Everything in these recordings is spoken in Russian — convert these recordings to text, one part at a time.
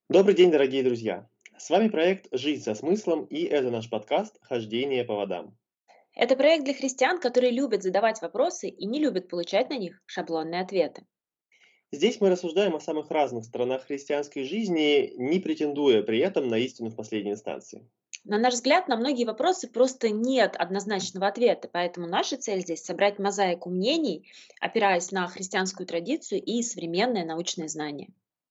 Добрый день, дорогие друзья! С вами проект «Жизнь со смыслом» и это наш подкаст «Хождение по водам». Это проект для христиан, которые любят задавать вопросы и не любят получать на них шаблонные ответы. Здесь мы рассуждаем о самых разных сторонах христианской жизни, не претендуя при этом на истину в последней инстанции. На наш взгляд, на многие вопросы просто нет однозначного ответа, поэтому наша цель здесь собрать мозаику мнений, опираясь на христианскую традицию и современные научные знания.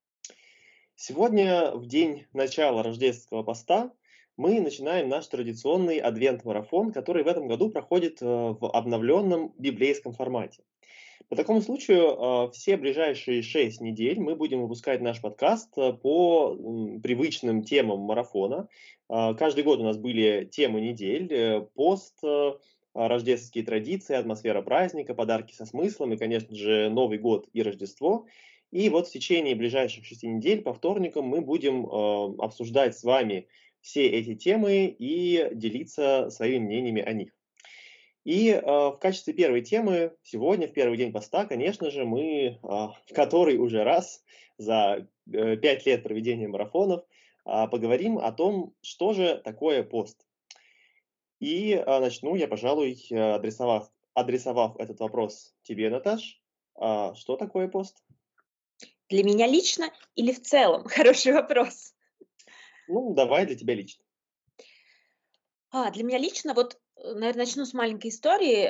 Сегодня, в день начала рождественского поста, мы начинаем наш традиционный адвент-марафон, который в этом году проходит в обновленном библейском формате. По такому случаю, все ближайшие 6 недель мы будем выпускать наш подкаст по привычным темам марафона. Каждый год у нас были темы недель: пост, рождественские традиции, атмосфера праздника, подарки со смыслом и, конечно же, Новый год и Рождество. И вот в течение ближайших 6 недель по вторникам мы будем обсуждать с вами все эти темы и делиться своими мнениями о них. И, в качестве первой темы сегодня, в первый день поста, конечно же, мы, в который уже раз за, 5 лет проведения марафонов, поговорим о том, что же такое пост. И, начну я, пожалуй, адресовав этот вопрос тебе, Наташ. Что такое пост? Для меня лично или в целом? Хороший вопрос. Ну, давай для тебя лично. Для меня лично, вот, наверное, начну с маленькой истории.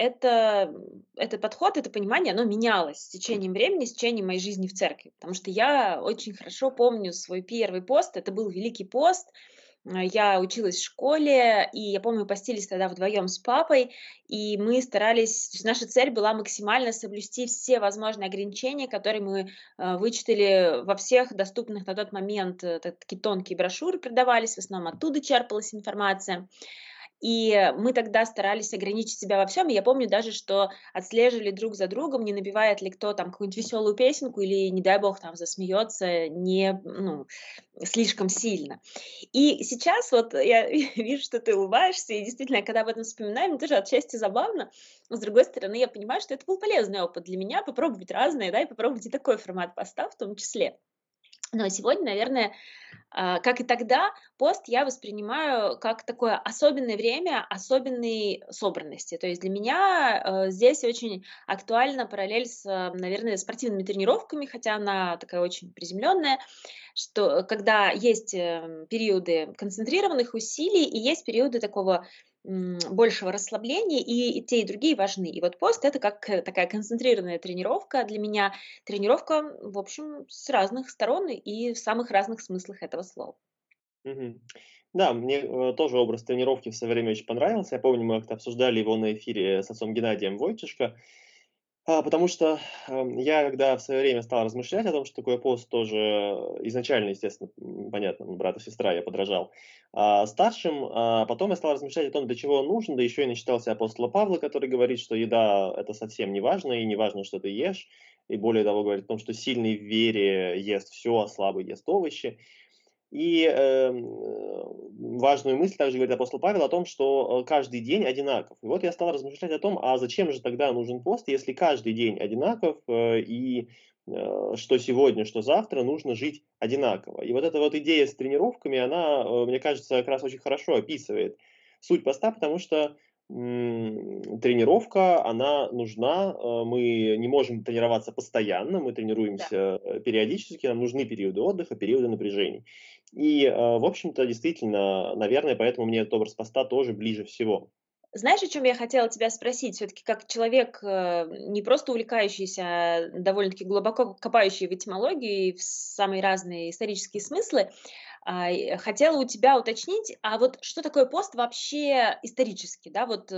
Этот подход, это понимание, оно менялось с течением времени, с течением моей жизни в церкви. Потому что я очень хорошо помню свой первый пост. Это был Великий пост. Я училась в школе, и я помню, постились тогда вдвоем с папой, и мы старались, то есть наша цель была максимально соблюсти все возможные ограничения, которые мы вычитали во всех доступных на тот момент, такие тонкие брошюры продавались, в основном оттуда черпалась информация. И мы тогда старались ограничить себя во всем. И я помню даже, что отслеживали друг за другом, не набивает ли кто там какую-нибудь веселую песенку или, не дай бог, там засмеется не, ну, слишком сильно. И сейчас вот я вижу, что ты улыбаешься, и действительно, когда об этом вспоминаю, мне тоже отчасти забавно. Но, с другой стороны, я понимаю, что это был полезный опыт для меня, попробовать разное, да, и попробовать и такой формат поста в том числе. Но сегодня, наверное, как и тогда, пост я воспринимаю как такое особенное время особенной собранности. То есть для меня, здесь очень актуальна параллель с, наверное, спортивными тренировками, хотя она такая очень приземленная, что когда есть, периоды концентрированных усилий и есть периоды такого, большего расслабления, и те, и другие важны. И вот пост — это как, такая концентрированная тренировка для меня. Тренировка, в общем, с разных сторон и в самых разных смыслах этого слова. Мгм. Да, мне, тоже образ тренировки в свое время очень понравился. Я помню, мы как-то обсуждали его на эфире с отцом Геннадием Войтишко. Потому что, я, когда в свое время стал размышлять о том, что такое пост, тоже изначально, естественно, понятно, брат и сестра, я подражал, старшим. Потом я стал размышлять о том, для чего он нужен, да еще и начитался апостола Павла, который говорит, что еда — это совсем не важно, и не важно, что ты ешь. И более того, говорит о том, что сильный в вере ест все, а слабый ест овощи. И, важную мысль также говорит апостол Павел о том, что, каждый день одинаков. И вот я стал размышлять о том, а зачем же тогда нужен пост, если каждый день одинаков, что сегодня, что завтра нужно жить одинаково. И вот эта вот идея с тренировками, она, мне кажется, как раз очень хорошо описывает суть поста, потому что, тренировка, она нужна. Мы не можем тренироваться постоянно, мы Да. тренируемся, периодически, нам нужны периоды отдыха, периоды напряжений. И, в общем-то, действительно, наверное, поэтому мне этот образ поста тоже ближе всего. Знаешь, о чем я хотела тебя спросить? Все таки как человек, не просто увлекающийся, довольно-таки глубоко копающий в этимологии, в самые разные исторические смыслы, хотела у тебя уточнить, а вот что такое пост вообще исторически? Да, вот,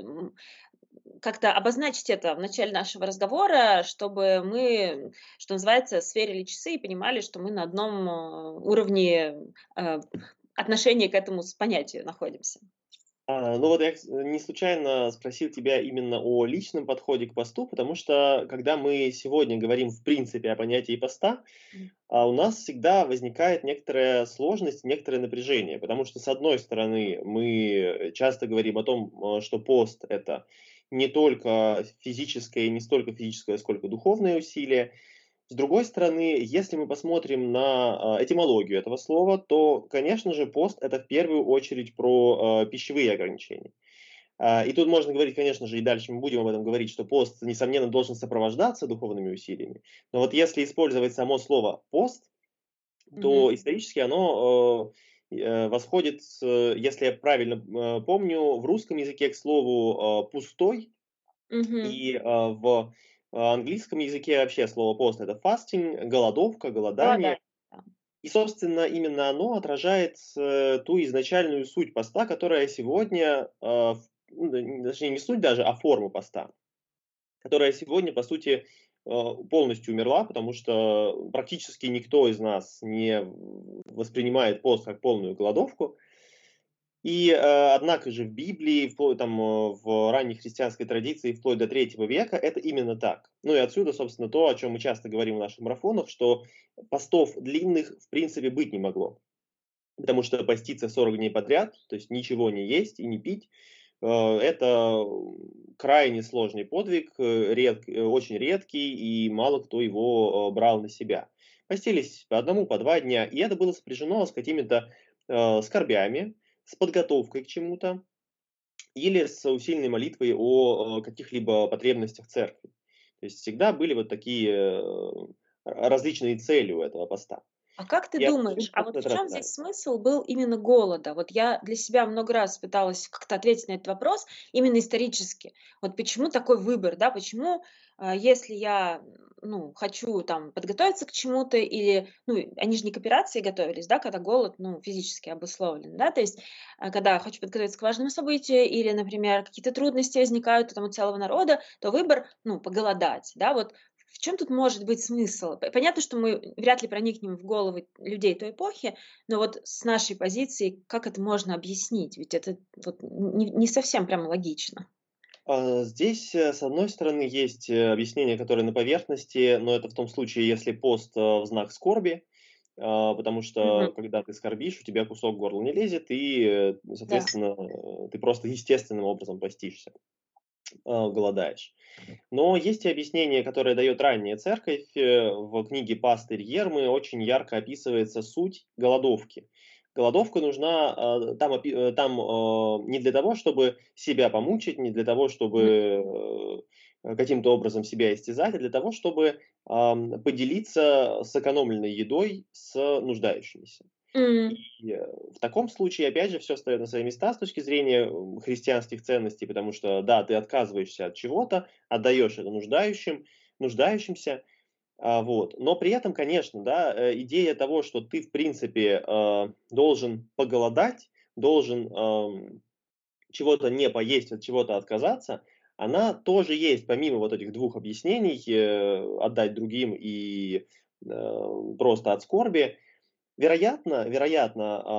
как-то обозначить это в начале нашего разговора, чтобы мы, что называется, сверили часы и понимали, что мы на одном, уровне, э, отношения к этому понятию находимся. Ну вот я не случайно спросил тебя именно о личном подходе к посту, потому что когда мы сегодня говорим в принципе о понятии поста, у нас всегда возникает некоторая сложность, некоторое напряжение, потому что, с одной стороны, мы часто говорим о том, что пост — это не только физическое и не столько физическое, сколько духовное усилие. С другой стороны, если мы посмотрим на этимологию этого слова, то, конечно же, пост — это в первую очередь про пищевые ограничения. И тут можно говорить, конечно же, и дальше мы будем об этом говорить, что пост, несомненно, должен сопровождаться духовными усилиями. Но вот если использовать само слово «пост», Мгм. то исторически оно восходит, если я правильно помню, в русском языке к слову «пустой», Мгм. и в английском языке вообще слово «пост» — это fasting, голодовка, голодание. Голодание, да. И, собственно, именно оно отражает ту изначальную суть поста, которая сегодня, ну, точнее, не суть даже, а форма поста, которая сегодня, по сути, полностью умерла, потому что практически никто из нас не воспринимает пост как полную голодовку. И, однако же в Библии, вплоть там, в ранней христианской традиции, вплоть до третьего века, это именно так. Ну и отсюда, собственно, то, о чем мы часто говорим в наших марафонах, что постов длинных в принципе быть не могло. Потому что поститься 40 дней подряд, то есть ничего не есть и не пить, это крайне сложный подвиг, очень редкий, и мало кто его брал на себя. Постились по одному, по 2 дня, и это было сопряжено с какими-то скорбями, с подготовкой к чему-то или с усиленной молитвой о каких-либо потребностях церкви. То есть всегда были вот такие различные цели у этого поста. А как ты И отсюда, думаешь, а вот собственно, в это чем здесь рождается. смысл был именно голода? Вот я для себя много раз пыталась как-то ответить на этот вопрос именно исторически. Вот почему такой выбор, да? Почему, если я, ну, хочу там подготовиться к чему-то или, ну, они же не к операции готовились, да, когда голод, ну, физически обусловлен, да, то есть, когда хочу подготовиться к важному событию или, например, какие-то трудности возникают там у целого народа, то выбор, ну, поголодать, да, вот в чем тут может быть смысл? Понятно, что мы вряд ли проникнем в головы людей той эпохи, но вот с нашей позиции как это можно объяснить? Ведь это вот не совсем прям логично. Здесь, с одной стороны, есть объяснение, которое на поверхности, но это в том случае, если пост в знак скорби, потому Мгм. что, когда ты скорбишь, у тебя кусок в горло не лезет, и, Да. соответственно, ты просто естественным образом постишься, голодаешь. Но есть и объяснение, которое дает ранняя церковь. В книге «Пастырь Ермы» очень ярко описывается суть голодовки. Голодовка нужна не для того, чтобы себя помучить, не для того, Мгм. чтобы каким-то образом себя истязать, а для того, чтобы поделиться сэкономленной едой с нуждающимися. И, М. в таком случае, опять же, все встаёт на свои места с точки зрения, христианских ценностей, потому что, да, ты отказываешься от чего-то, отдаешь это нуждающимся, вот. Но при этом, конечно, да, идея того, что ты, в принципе, должен поголодать, должен, чего-то не поесть, от чего-то отказаться, она тоже есть, помимо вот этих двух объяснений, отдать другим и, просто от скорби. Вероятно,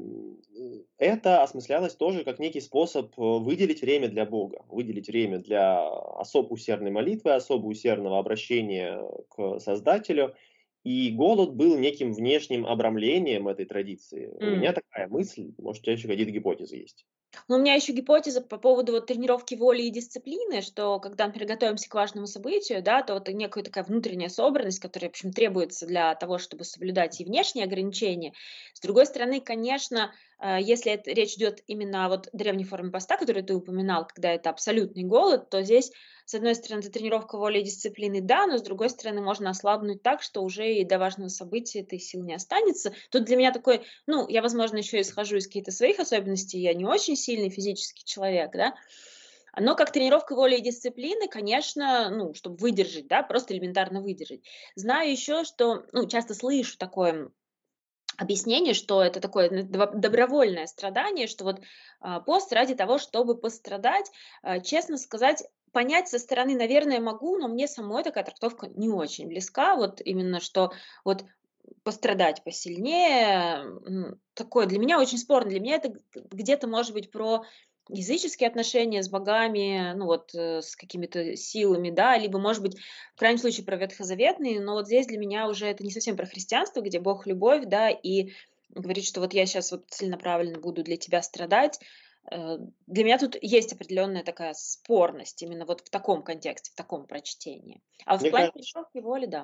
это осмыслялось тоже как некий способ выделить время для Бога, выделить время для особо усердной молитвы, особо усердного обращения к Создателю. И голод был неким внешним обрамлением этой традиции. У меня М. такая мысль, может, у тебя еще какие-то гипотезы есть. Но у меня еще гипотеза по поводу вот тренировки воли и дисциплины, что когда, например, готовимся к важному событию, да, то вот некая такая внутренняя собранность, которая, в общем, требуется для того, чтобы соблюдать и внешние ограничения. С другой стороны, конечно, если речь идет именно о вот древней форме поста, которую ты упоминал, когда это абсолютный голод, то здесь, с одной стороны, это тренировка воли и дисциплины, да, но с другой стороны, можно ослабнуть так, что уже и до важного события этой сил не останется. Тут для меня такой, ну, я, возможно, еще исхожу из каких-то своих особенностей, я не очень сильный физический человек, да, но как тренировка воли и дисциплины, конечно, ну, чтобы выдержать, да, просто элементарно выдержать. Знаю еще, что, ну, часто слышу такое объяснение, что это такое добровольное страдание, что вот пост ради того, чтобы пострадать. Честно сказать, понять со стороны, наверное, могу, но мне самой такая трактовка не очень близка. Вот именно, что вот пострадать посильнее, такое для меня очень спорно. Для меня это где-то может быть про языческие отношения с богами, ну вот, с какими-то силами, да, либо, может быть, в крайнем случае про ветхозаветные, но вот здесь для меня уже это не совсем про христианство, где Бог любовь, да, и говорит, что вот я сейчас вот целенаправленно буду для тебя страдать. Для меня тут есть определенная такая спорность именно вот в таком контексте, в таком прочтении. А вот в Мне плане кажется, тренировки воли, да.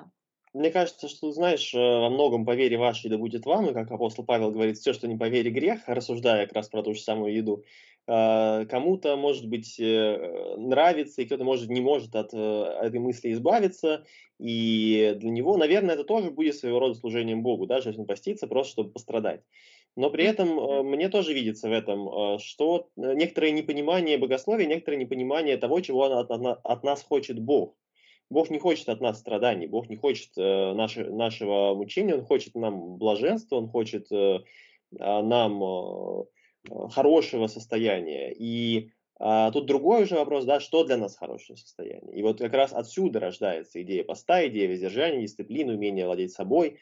Мне кажется, что, знаешь, во многом «по вере вашей да будет вам», и как апостол Павел говорит: «Все, что не по вере, грех», рассуждая как раз про ту же самую еду. Кому-то, может быть, нравится, и кто-то, может, не может от этой мысли избавиться. И для него, наверное, это тоже будет своего рода служением Богу, даже если он постится, просто чтобы пострадать. Но при этом мне тоже видится в этом, что некоторое непонимание богословия, некоторое непонимание того, чего от нас хочет Бог. Бог не хочет от нас страданий, Бог не хочет нашего мучения, Он хочет нам блаженства, Он хочет нам хорошего состояния. И тут другой уже вопрос, да, что для нас хорошее состояние. И вот как раз отсюда рождается идея поста, идея воздержания, дисциплины, умение владеть собой.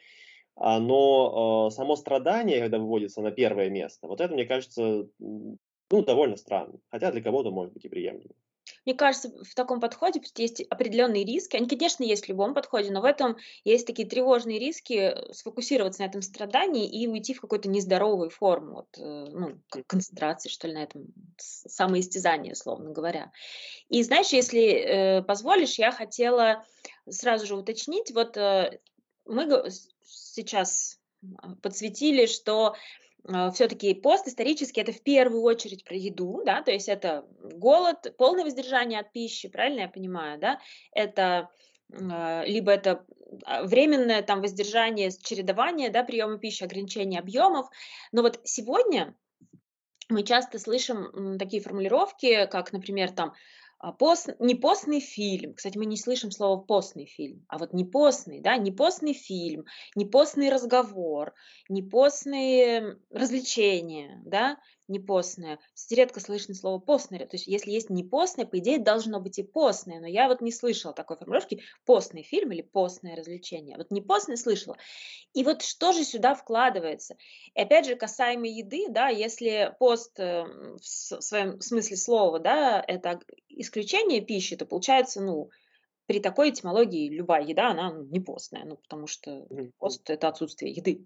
Но само страдание, когда выводится на первое место, вот это, мне кажется, ну, довольно странно. Хотя для кого-то может быть и приемлемо. Мне кажется, в таком подходе просто есть определенные риски. Они, конечно, есть в любом подходе, но в этом есть такие тревожные риски сфокусироваться на этом страдании и уйти в какую-то нездоровую форму, вот, ну, как концентрации, что ли, на этом самоистязание, условно говоря. И знаешь, если позволишь, я хотела сразу же уточнить, вот мы сейчас подсветили, что все-таки пост исторически это в первую очередь про еду, да, то есть это голод, полное воздержание от пищи, правильно я понимаю, да, это либо это временное там воздержание, чередование, да, приема пищи, ограничение объемов, но вот сегодня мы часто слышим такие формулировки, как, например, там не постный фильм. Кстати, мы не слышим слово постный фильм, а вот не постный, да, не постный фильм, не постный разговор, не постные развлечения, да, не постное. Кстати, редко слышно слово постное. То есть, если есть не постное, по идее, должно быть и постное. Но я вот не слышала такой формулировки постный фильм или постное развлечение. Вот не постное слышала. И вот что же сюда вкладывается? И опять же, касаемо еды, да, если пост в своем смысле слова, да, это исключение пищи, то получается, ну, при такой этимологии любая еда, она не постная, ну, потому что Мгм. пост– это отсутствие еды.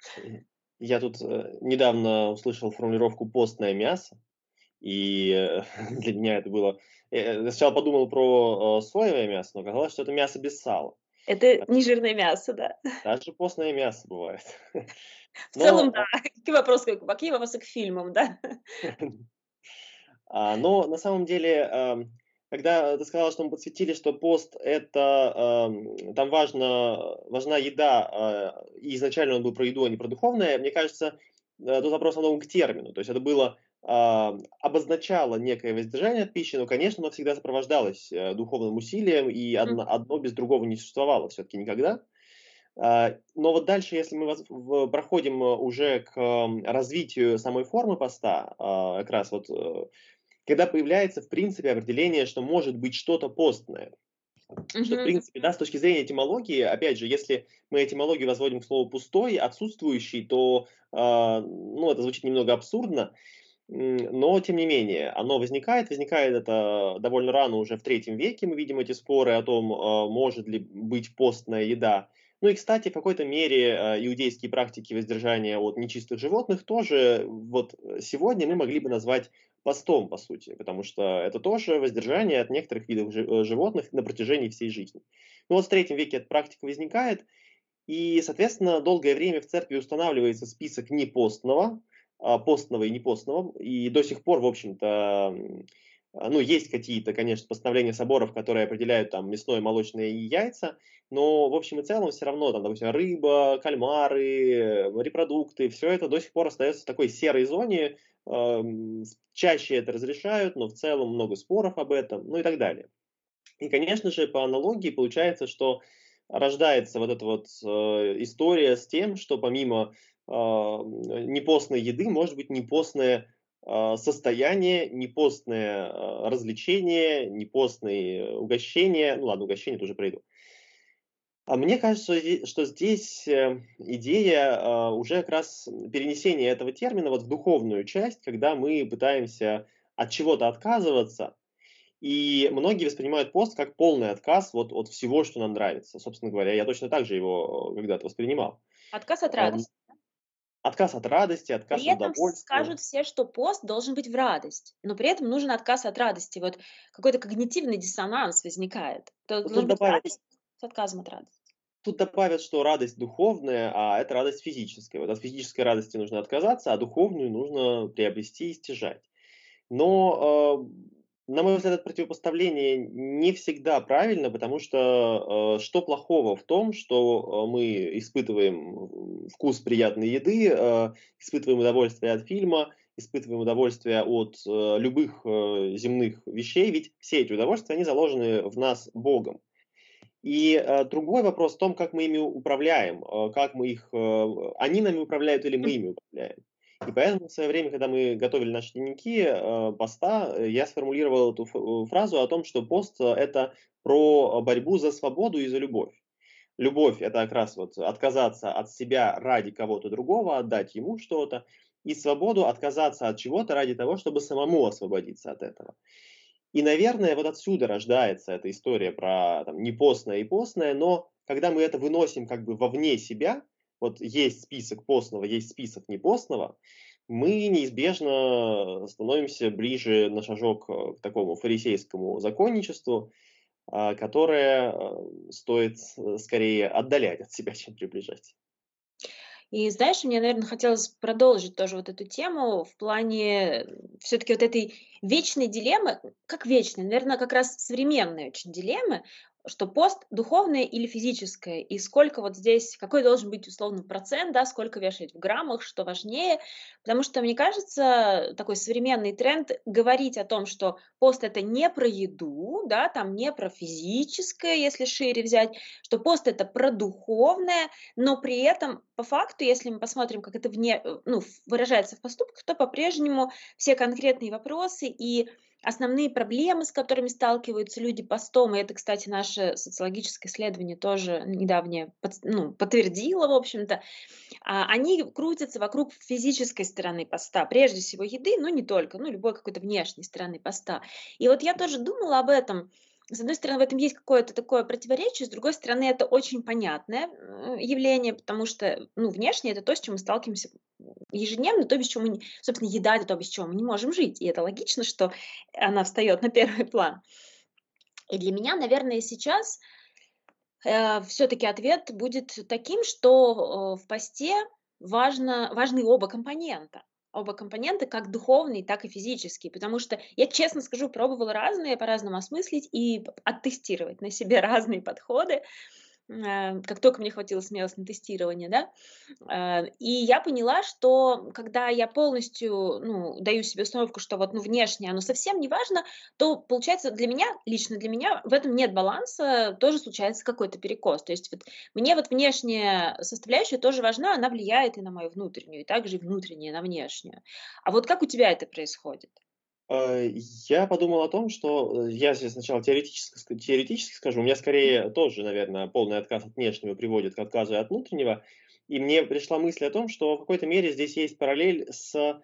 Я тут недавно услышал формулировку «постное мясо», и для меня это было... Я сначала подумал про соевое мясо, но оказалось, что это мясо без сала. Это Так нежирное мясо, да. даже постное мясо бывает. В целом, да. Но Какие вопросы к фильмам, да? Но на самом деле, когда ты сказала, что мы подсветили, что пост — это, там важна еда, и изначально он был про еду, а не про духовное, мне кажется, тут вопрос о новом к термину. То есть это было, обозначало некое воздержание от пищи, но, конечно, оно всегда сопровождалось, духовным усилием, и одно без другого не существовало все таки никогда. Но вот дальше, если мы проходим уже к развитию самой формы поста, как раз вот, когда появляется, в принципе, определение, что может быть что-то постное. Что, в Мгм. принципе, да, с точки зрения этимологии, опять же, если мы этимологию возводим к слову «пустой», «отсутствующий», то, ну, это звучит немного абсурдно, но тем не менее оно возникает. Возникает это довольно рано, уже в III веке мы видим эти споры о том, может ли быть постная еда. Ну и, кстати, в какой-то мере иудейские практики воздержания от нечистых животных тоже вот сегодня мы могли бы назвать постом, по сути, потому что это тоже воздержание от некоторых видов животных на протяжении всей жизни. Ну вот в III веке эта практика возникает, и, соответственно, долгое время в церкви устанавливается список непостного, постного и непостного, и до сих пор, в общем-то, ну, есть какие-то, конечно, постановления соборов, которые определяют там мясное, молочное и яйца, но в общем и целом все равно там, допустим, рыба, кальмары, морепродукты, все это до сих пор остается в такой серой зоне, чаще это разрешают, но в целом много споров об этом, ну и так далее. И, конечно же, по аналогии получается, что рождается вот эта вот история с тем, что помимо непостной еды может быть непостное состояние, непостное развлечение, непостные угощения. Ну ладно, угощения тоже пройду. А мне кажется, что здесь идея уже как раз перенесения этого термина вот в духовную часть, когда мы пытаемся от чего-то отказываться, и многие воспринимают пост как полный отказ вот от всего, что нам нравится. Собственно говоря, я точно так же его когда-то воспринимал. Отказ от Ам, радости. Отказ от радости, отказ При от этом удовольствия. скажут все, что пост должен быть в радость, но при этом нужен отказ от радости. Вот какой-то когнитивный диссонанс возникает. То Вот тут должен быть добавить радость с отказом от радости. тут добавят, что радость духовная, а это радость физическая. Вот от физической радости нужно отказаться, а духовную нужно приобрести и стяжать. Но, на мой взгляд, это противопоставление не всегда правильно, потому что что плохого в том, что мы испытываем вкус приятной еды, испытываем удовольствие от фильма, испытываем удовольствие от любых земных вещей, ведь все эти удовольствия, они заложены в нас Богом. И другой вопрос в том, как мы ими управляем, как мы их, они нами управляют или мы ими управляем. И поэтому в свое время, когда мы готовили наши дневники поста, я сформулировал эту фразу о том, что пост это про борьбу за свободу и за любовь. Любовь это как раз вот отказаться от себя ради кого-то другого, отдать ему что-то, и свободу отказаться от чего-то ради того, чтобы самому освободиться от этого. И, наверное, вот отсюда рождается эта история про там, не постное и постное, но когда мы это выносим как бы вовне себя, вот есть список постного, есть список непостного, мы неизбежно становимся ближе на шажок к такому фарисейскому законничеству, которое стоит скорее отдалять от себя, чем приближать. И знаешь, мне, наверное, хотелось продолжить тоже вот эту тему в плане все таки вот этой вечной дилеммы. Как вечной? Наверное, как раз современной очень дилеммы, что пост духовное или физическое, и сколько вот здесь, какой должен быть условно процент, да, сколько вешать в граммах, что важнее. Потому что, мне кажется, такой современный тренд говорить о том, что пост- это не про еду, да, там не про физическое, если шире взять, что пост- это про духовное, но при этом, по факту, если мы посмотрим, как это ну, выражается в поступках, то по-прежнему все конкретные вопросы и основные проблемы, с которыми сталкиваются люди постом, и это, кстати, наше социологическое исследование тоже недавнее ну, подтвердило, в общем-то, они крутятся вокруг физической стороны поста, прежде всего еды, но не только, ну, любой какой-то внешней стороны поста. И вот я тоже думала об этом. С одной стороны, в этом есть какое-то такое противоречие, с другой стороны, это очень понятное явление, потому что, ну, внешне это то, с чем мы сталкиваемся ежедневно, то, без чего мы, собственно, еда это то, без чего мы не можем жить. И это логично, что она встает на первый план. И для меня, наверное, сейчас все-таки ответ будет таким, что в посте важны оба компонента. Оба компонента, как духовный, так и физический. Потому что я, честно скажу, пробовала разные, по-разному осмыслить и оттестировать на себе разные подходы. Как только мне хватило смелости на тестирование, да. И я поняла, что когда я полностью, ну, даю себе установку, что вот, ну, внешне оно совсем не важно, то получается для меня, лично для меня, в этом нет баланса, тоже случается какой-то перекос. То есть вот мне вот внешняя составляющая тоже важна, она влияет и на мою внутреннюю, и также и внутренняя на внешнюю. А вот как у тебя это происходит? Я подумал о том, что я здесь сначала теоретически скажу, у меня скорее тоже, наверное, полный отказ от внешнего приводит к отказу от внутреннего. И мне пришла мысль о том, что в какой-то мере здесь есть параллель с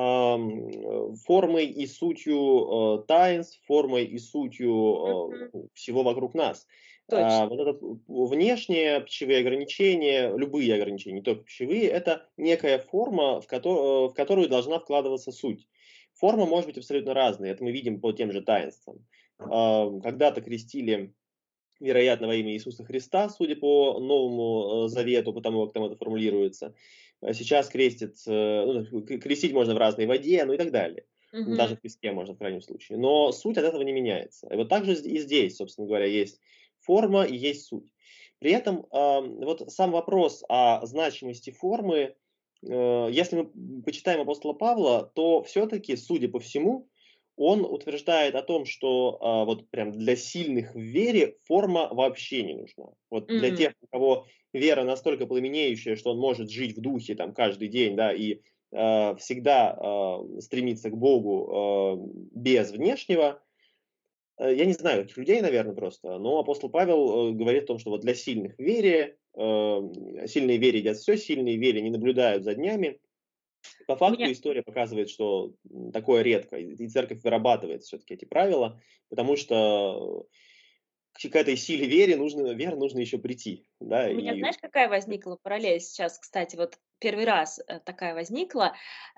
формой и сутью таинств, формой и сутью Мгм. всего вокруг нас. Точно. Вот это внешние пищевые ограничения, любые ограничения, не только пищевые, это некая форма, в которую должна вкладываться суть. Форма может быть абсолютно разной, это мы видим по тем же таинствам. Когда-то крестили, вероятно, во имя Иисуса Христа, судя по Новому Завету, потому как там это формулируется. Сейчас крестят, ну, крестить можно в разной воде, ну и так далее. Даже Мгм. в песке можно в крайнем случае. Но суть от этого не меняется. И вот так же и здесь, собственно говоря, есть форма и есть суть. При этом вот сам вопрос о значимости формы, если мы почитаем апостола Павла, то все-таки, судя по всему, он утверждает о том, что вот прям для сильных в вере форма вообще не нужна. Вот для Мгм. тех, у кого вера настолько пламенеющая, что он может жить в духе там каждый день, да, и всегда стремиться к Богу без внешнего. Я не знаю этих людей, наверное, просто, но апостол Павел говорит о том, что вот для сильных в вере, сильные в вере едят все, сильные в вере не наблюдают за днями. По У факту меня история показывает, что такое редко, и церковь вырабатывает все-таки эти правила, потому что к этой силе вере нужно, вера нужно еще прийти, да, У меня, и знаешь, какая возникла параллель сейчас, кстати, вот первый раз такая возникла,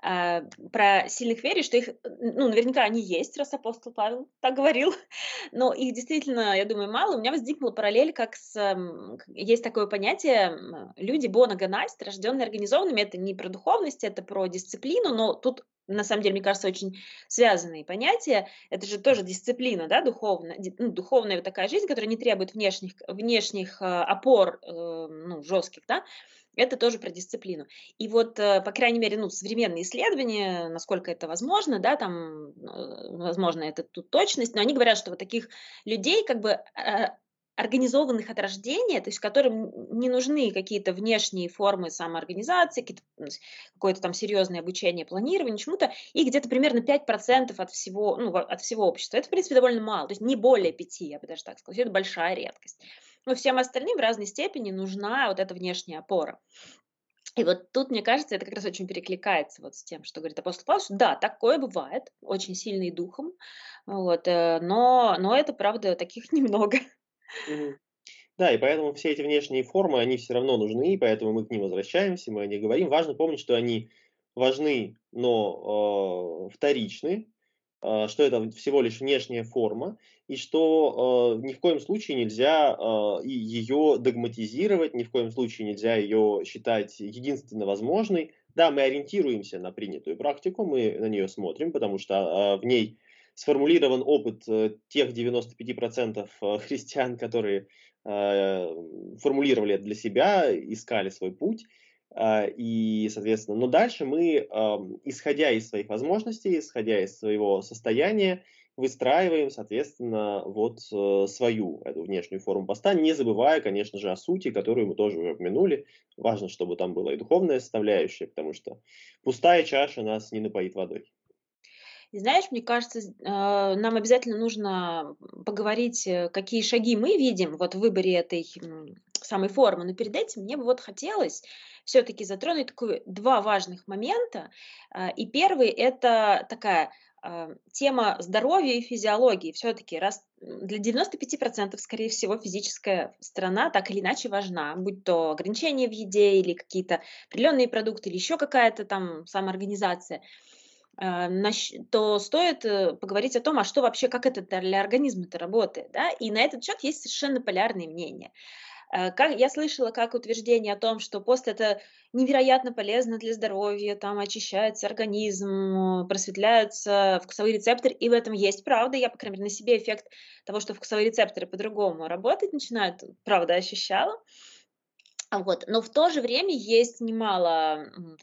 про сильных верий, что их, ну, наверняка они есть, раз апостол Павел так говорил, но их действительно, я думаю, мало. У меня возникла параллель, как есть такое понятие, люди бонагонасть, рожденные организованными. Это не про духовность, это про дисциплину, но тут на самом деле, мне кажется, очень связанные понятия. Это же тоже дисциплина, да, духовная, ну, духовная вот такая жизнь, которая не требует внешних опор, ну, жестких, да, это тоже про дисциплину. И вот, по крайней мере, ну, современные исследования, насколько это возможно, да, там, возможно, это тут точность, но они говорят, что вот таких людей, как бы, организованных от рождения, то есть которым не нужны какие-то внешние формы самоорганизации, какое-то там серьезное обучение, планирование, чему-то, и где-то примерно 5% от всего, ну, от всего общества. Это, в принципе, довольно мало, то есть не более 5, я бы даже так сказала, это большая редкость. Но всем остальным в разной степени нужна вот эта внешняя опора. И вот тут, мне кажется, это как раз очень перекликается вот с тем, что говорит апостол Павел, что да, такое бывает, очень сильный духом, вот, но это, правда, таких немного. Мгм. Да, и поэтому все эти внешние формы, они все равно нужны, и поэтому мы к ним возвращаемся, мы о них говорим. Важно помнить, что они важны, но вторичны, что это всего лишь внешняя форма, и что ни в коем случае нельзя ее догматизировать, ни в коем случае нельзя ее считать единственно возможной. Да, мы ориентируемся на принятую практику, мы на нее смотрим, потому что в ней сформулирован опыт тех 95% христиан, которые формулировали это для себя, искали свой путь. И, соответственно, но дальше мы, исходя из своих возможностей, исходя из своего состояния, выстраиваем, соответственно, вот свою эту внешнюю форму поста, не забывая, конечно же, о сути, которую мы тоже уже упомянули. Важно, чтобы там была и духовная составляющая, потому что пустая чаша нас не напоит водой. И знаешь, мне кажется, нам обязательно нужно поговорить, какие шаги мы видим вот в выборе этой самой формы. Но перед этим мне бы вот хотелось все-таки затронуть два важных момента. И первый это такая тема здоровья и физиологии. Все-таки раз для 95%, скорее всего, физическая сторона так или иначе важна, будь то ограничения в еде или какие-то определенные продукты, или еще какая-то там самоорганизация, то стоит поговорить о том, а что вообще, как это для организма-то работает, да, и на этот счет есть совершенно полярные мнения. Я слышала как утверждение о том, что пост это невероятно полезно для здоровья, там очищается организм, просветляются вкусовые рецепторы, и в этом есть правда. Я, по крайней мере, на себе эффект того, что вкусовые рецепторы по-другому работать начинают, правда, ощущала. Вот. Но в то же время есть немало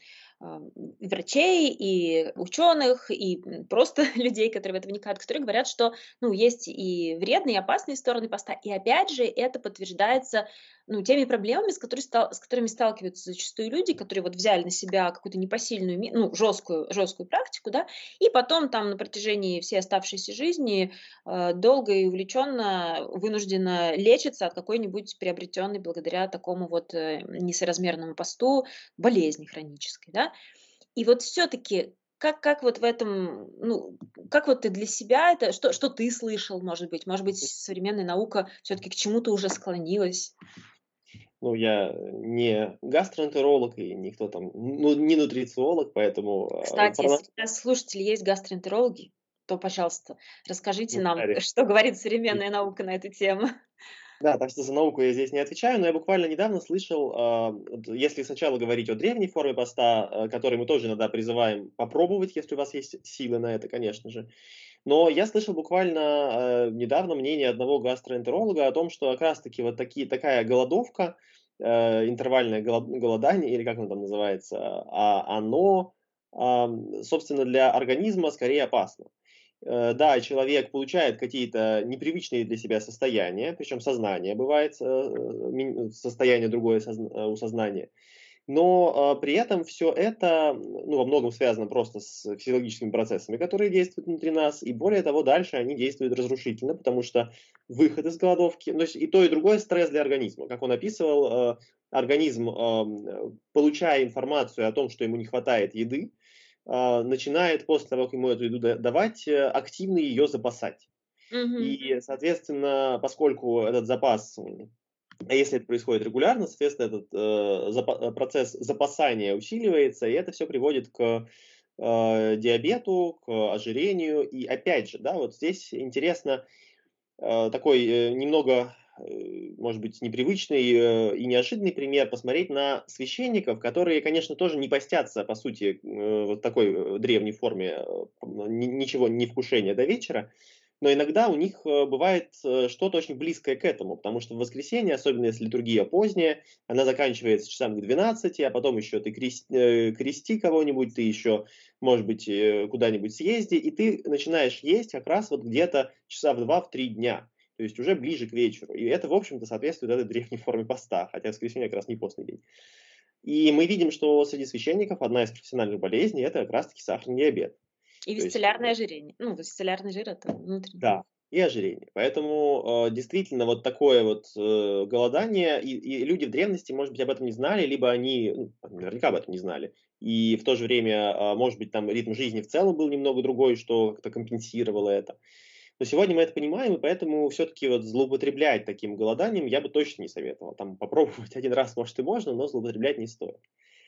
и врачей, и ученых, и просто людей, которые в это вникают, которые говорят, что ну, есть и вредные, и опасные стороны поста. И опять же, это подтверждается ну, теми проблемами, с которыми сталкиваются зачастую люди, которые вот взяли на себя какую-то непосильную, ну, жесткую практику, да, и потом там на протяжении всей оставшейся жизни долго и увлеченно, вынужденно лечится от какой-нибудь приобретенной благодаря такому вот несоразмерному посту болезни хронической, да. И вот все-таки как вот в этом, ну, как вот ты для себя это, что ты слышал, может быть, современная наука все-таки к чему-то уже склонилась? Ну, я не гастроэнтеролог и никто там, ну, не нутрициолог, поэтому Кстати, про нас если у нас слушатели есть гастроэнтерологи, то, пожалуйста, расскажите не нам, шарит. что говорит современная наука на эту тему. Да, так что за науку я здесь не отвечаю, но я буквально недавно слышал, вот если сначала говорить о древней форме поста, которой мы тоже иногда призываем попробовать, если у вас есть силы на это, конечно же. Но я слышал буквально недавно мнение одного гастроэнтеролога о том, что как раз-таки вот такая голодовка, интервальное голодание, или как оно там называется, оно, собственно, для организма скорее опасно. Да, человек получает какие-то непривычные для себя состояния, причем сознание бывает, состояние другое у сознания. Но, при этом все это, ну, во многом связано просто с физиологическими процессами, которые действуют внутри нас. И более того, дальше они действуют разрушительно, потому что выход из голодовки, ну, то есть и то, и другое стресс для организма. Как он описывал, организм, получая информацию о том, что ему не хватает еды, начинает после того, как ему эту еду давать, активно ее запасать. Мгм. И, соответственно, поскольку этот запас А если это происходит регулярно, соответственно, этот процесс запасания усиливается, и это все приводит к диабету, к ожирению. И опять же, да, вот здесь интересно такой немного, может быть, непривычный и неожиданный пример посмотреть на священников, которые, конечно, тоже не постятся, по сути, вот такой древней форме, ничего, не вкушения до вечера, но иногда у них бывает что-то очень близкое к этому, потому что в воскресенье, особенно если литургия поздняя, она заканчивается часам к 12, а потом еще ты крести кого-нибудь, ты еще, может быть, куда-нибудь съезди, и ты начинаешь есть как раз вот где-то часа в 2-3 дня, то есть уже ближе к вечеру. И это, в общем-то, соответствует этой древней форме поста, хотя воскресенье как раз не постный день. И мы видим, что среди священников одна из профессиональных болезней – это как раз-таки сахарный диабет. И То есть висцелярное ожирение. Ну, висцелярный жир — это внутренний. да, и ожирение. Поэтому, действительно, вот такое вот, голодание, и люди в древности, может быть, об этом не знали, либо они, ну, наверняка об этом не знали. И в то же время, может быть, там ритм жизни в целом был немного другой, что как-то компенсировало это. Но сегодня мы это понимаем, и поэтому все-таки вот злоупотреблять таким голоданием я бы точно не советовал. Там попробовать один раз, может, и можно, но злоупотреблять не стоит.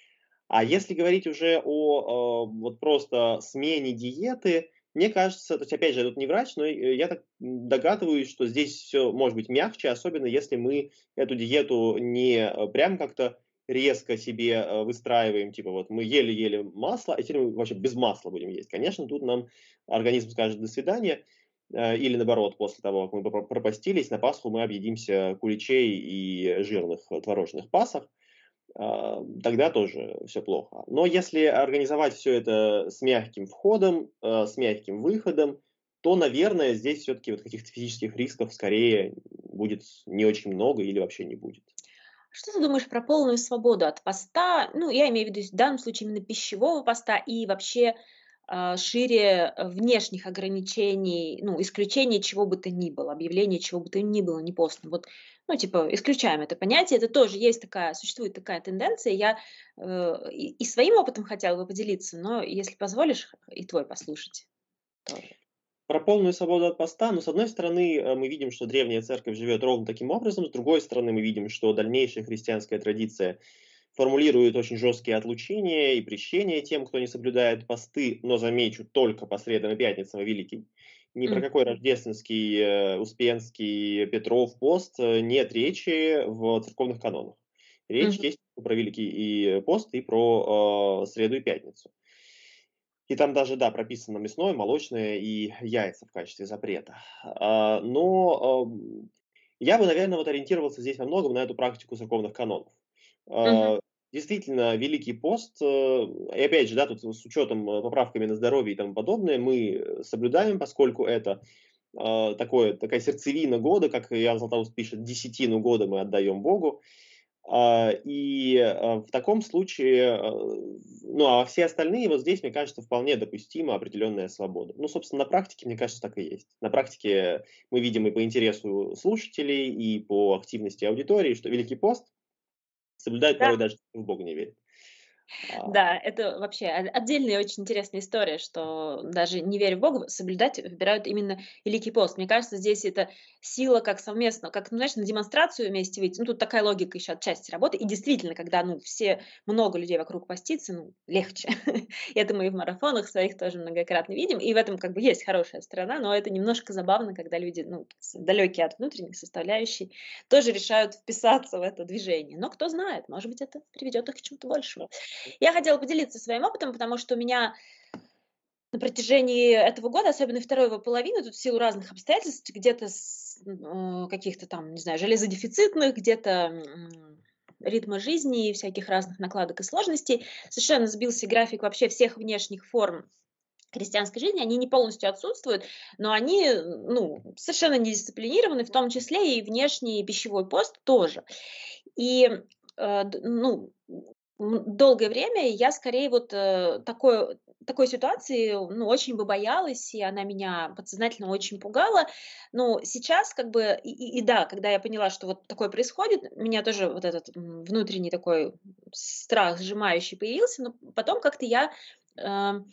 А если говорить уже о, вот просто смене диеты, мне кажется, то есть опять же, я тут не врач, но, я так догадываюсь, что здесь все может быть мягче, особенно если мы эту диету не, прям как-то резко себе, выстраиваем, типа вот мы ели-ели масло, а теперь мы вообще без масла будем есть. Конечно, тут нам организм скажет: "До свидания". Или наоборот, после того, как мы пропастились, на Пасху мы объедимся куличей и жирных, творожных пасок. Тогда тоже все плохо. Но если организовать все это с мягким входом, с мягким выходом, то, наверное, здесь все таки вот каких-то физических рисков скорее будет не очень много или вообще не будет. Что ты думаешь про полную свободу от поста? Ну, я имею в виду в данном случае именно пищевого поста и вообще шире внешних ограничений, ну, исключение чего бы то ни было, объявление чего бы то ни было не постным. Вот, ну, типа, исключаем это понятие. Это тоже есть такая, существует такая тенденция. Я и своим опытом хотела бы поделиться, но если позволишь, и твой послушать тоже. Про полную свободу от поста, ну, с одной стороны, мы видим, что древняя церковь живет ровно таким образом, с другой стороны, мы видим, что дальнейшая христианская традиция формулирует очень жесткие отлучения и прещения тем, кто не соблюдает посты, но, замечу, только по средам и пятницам и Великий. Ни про какой рождественский, Успенский, Петров пост нет речи в церковных канонах. Речь Мгм. есть про Великий и пост и про среду и пятницу. И там даже, да, прописано мясное, молочное и яйца в качестве запрета. Я бы, наверное, вот ориентировался здесь во многом на эту практику церковных канонов. Мгм. А, Действительно, Великий пост, и опять же, да, тут с учетом поправками на здоровье и тому подобное, мы соблюдаем, поскольку это такая сердцевина года, как Иоанн Златоуст пишет, десятину года мы отдаем Богу. В таком случае, ну, а все остальные, вот здесь, мне кажется, вполне допустима определенная свобода. Ну, собственно, на практике, мне кажется, так и есть. На практике мы видим и по интересу слушателей, и по активности аудитории, что Великий пост соблюдают Да. порой даже в Бога не верят. А, Да, это вообще отдельная очень интересная история, что даже не веря в Бога, соблюдать выбирают именно Великий пост. Мне кажется, здесь это сила как совместно, как, ну, знаешь, на демонстрацию вместе выйти. Ну, тут такая логика еще отчасти работает. И действительно, когда, ну, все, много людей вокруг постится, ну, легче. И это мы и в марафонах своих тоже многократно видим. И в этом как бы есть хорошая сторона, но это немножко забавно, когда люди, ну, далекие от внутренних составляющих, тоже решают вписаться в это движение. Но кто знает, может быть, это приведет их к чему-то большему. да. Я хотела поделиться своим опытом, потому что у меня на протяжении этого года, особенно второй его половины, тут в силу разных обстоятельств, где-то каких-то там, не знаю, железодефицитных, где-то ритма жизни и всяких разных накладок и сложностей, совершенно сбился график вообще всех внешних форм христианской жизни, они не полностью отсутствуют, но они, ну, совершенно не дисциплинированы, в том числе и внешний пищевой пост тоже. И, ну, долгое время я скорее вот, такой ситуации, ну, очень бы боялась, и она меня подсознательно очень пугала. Но сейчас как бы и да, когда я поняла, что вот такое происходит, у меня тоже вот этот, внутренний такой страх сжимающий появился, но потом как-то я,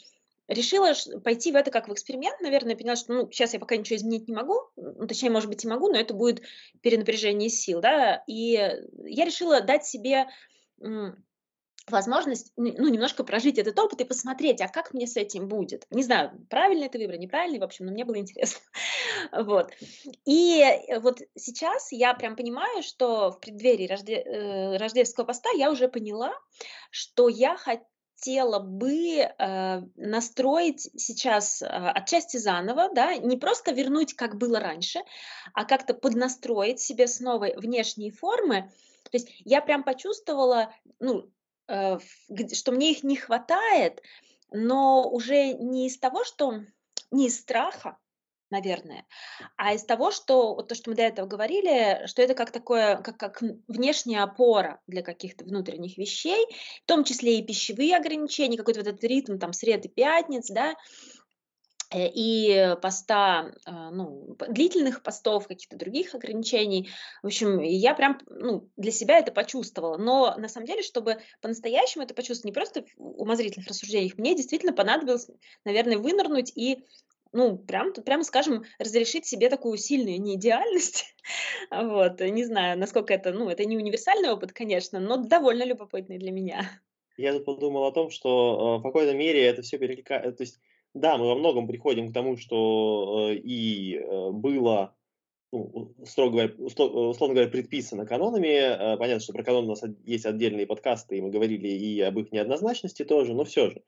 решила пойти в это как в эксперимент, наверное, поняла, что, ну, сейчас я пока ничего изменить не могу, ну, точнее, может быть, и могу, но это будет перенапряжение сил, да, и я решила дать себе м, возможность, ну, немножко прожить этот опыт и посмотреть, а как мне с этим будет. Не знаю, правильный это выбор, неправильный, в общем, но мне было интересно. Вот. И вот сейчас я прям понимаю, что в преддверии рождественского поста я уже поняла, что я хотела бы настроить сейчас отчасти заново, да, не просто вернуть, как было раньше, а как-то поднастроить себе снова внешние формы. То есть я прям почувствовала, ну, что мне их не хватает, но уже не из того, что не из страха, наверное, а из того, что вот то, что мы до этого говорили, что это как такое, как внешняя опора для каких-то внутренних вещей, в том числе и пищевые ограничения, какой-то вот этот ритм там сред и пятниц, да, и поста, ну, длительных постов, каких-то других ограничений. В общем, я прям, ну, для себя это почувствовала. Но на самом деле, чтобы по-настоящему это почувствовать, не просто в умозрительных рассуждениях, мне действительно понадобилось, наверное, вынырнуть и, ну, прямо скажем, разрешить себе такую сильную неидеальность. Вот, не знаю, насколько это, ну, это не универсальный опыт, конечно, но довольно любопытный для меня. Я тут подумал о том, что, в какой-то мере это все то есть, да, мы во многом приходим к тому, что, было, ну, строго говоря, условно говоря, предписано канонами. Понятно, что про канон у нас есть отдельные подкасты, и мы говорили и об их неоднозначности тоже, но все же.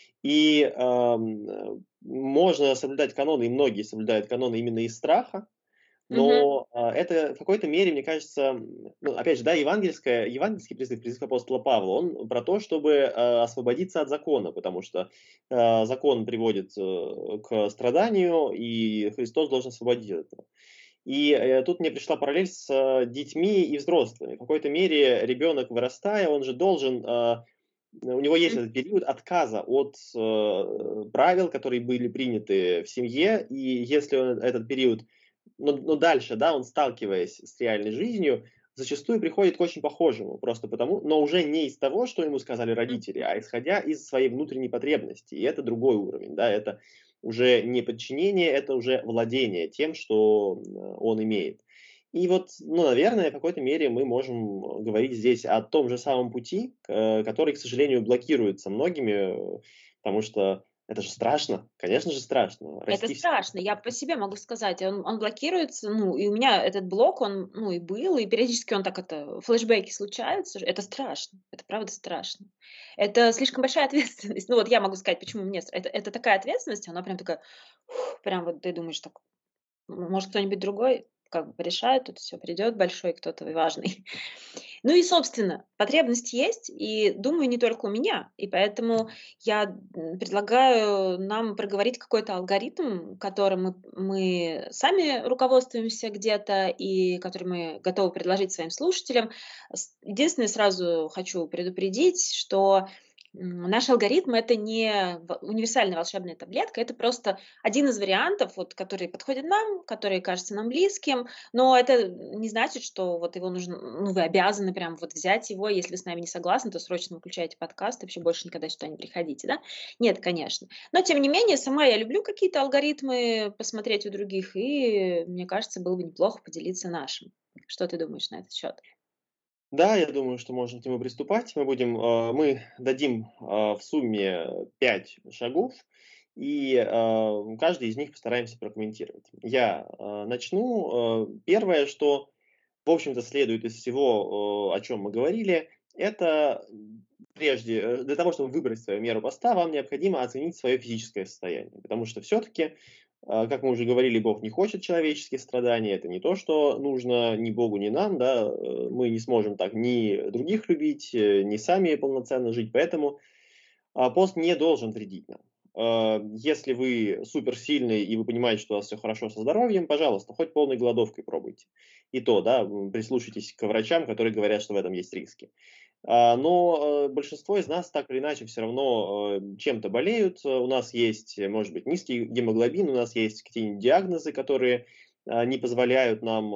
Можно соблюдать каноны, и многие соблюдают каноны именно из страха, Мгм. но, это в какой-то мере, мне кажется, ну, опять же, да, евангельский призыв апостола Павла, он про то, чтобы, освободиться от закона, потому что, закон приводит, к страданию, и Христос должен освободить от этого. Тут мне пришла параллель с, детьми и взрослыми. В какой-то мере ребенок, вырастая, он же должен, у него есть этот период отказа от, правил, которые были приняты в семье, и если он этот период, но дальше, да, он, сталкиваясь с реальной жизнью, зачастую приходит к очень похожему, просто потому, но уже не из того, что ему сказали родители, Мгм. а исходя из своей внутренней потребности. И это другой уровень, да, это уже не подчинение, это уже владение тем, что, он имеет. И вот, ну, наверное, в какой-то мере мы можем, говорить здесь о том же самом пути, который, к сожалению, блокируется многими, потому что это же страшно, конечно же, страшно Это расти в семье. страшно, я по себе могу сказать. Он блокируется, ну, и у меня этот блок, он, ну, и был, и периодически он так это, флешбеки случаются. Это страшно, это правда страшно. Это слишком большая ответственность. Ну, вот я могу сказать, почему мне это такая ответственность, она прям такая, прям вот ты думаешь так: может, кто-нибудь другой как бы порешает, тут все придет большой кто-то и важный. Ну и, собственно, потребность есть, и, думаю, не только у меня. И поэтому я, предлагаю нам проговорить какой-то алгоритм, которым мы сами руководствуемся где-то и который мы готовы предложить своим слушателям. Единственное, сразу хочу предупредить, что, наш алгоритм — это не универсальная волшебная таблетка, это просто один из вариантов, вот, который подходит нам, который кажется нам близким, но это не значит, что вот его нужно, ну, вы обязаны прям вот взять его. Если вы с нами не согласны, то срочно выключайте подкаст, и вообще больше никогда сюда не приходите, да? Нет, конечно. Но тем не менее, сама я люблю какие-то алгоритмы посмотреть у других, и мне кажется, было бы неплохо поделиться нашим. Что ты думаешь на этот счет? Да, я думаю, что можем к нему приступать. Мы дадим, в сумме 5 шагов, и, каждый из них постараемся прокомментировать. Я, начну. Первое, что, в общем-то, следует из всего, о чем мы говорили, это, прежде, для того, чтобы выбрать свою меру поста, вам необходимо оценить свое физическое состояние. Потому что все-таки, как мы уже говорили, Бог не хочет человеческих страданий. Это не то, что нужно ни Богу, ни нам. Да? Мы не сможем так ни других любить, ни сами полноценно жить. Поэтому, пост не должен вредить нам. Если вы суперсильный и вы понимаете, что у вас все хорошо со здоровьем, пожалуйста, хоть полной голодовкой пробуйте. И то, да, прислушайтесь к врачам, которые говорят, что в этом есть риски. Но, большинство из нас так или иначе все равно, чем-то болеют. У нас есть, может быть, низкий гемоглобин, у нас есть какие-нибудь диагнозы, которые, не позволяют нам,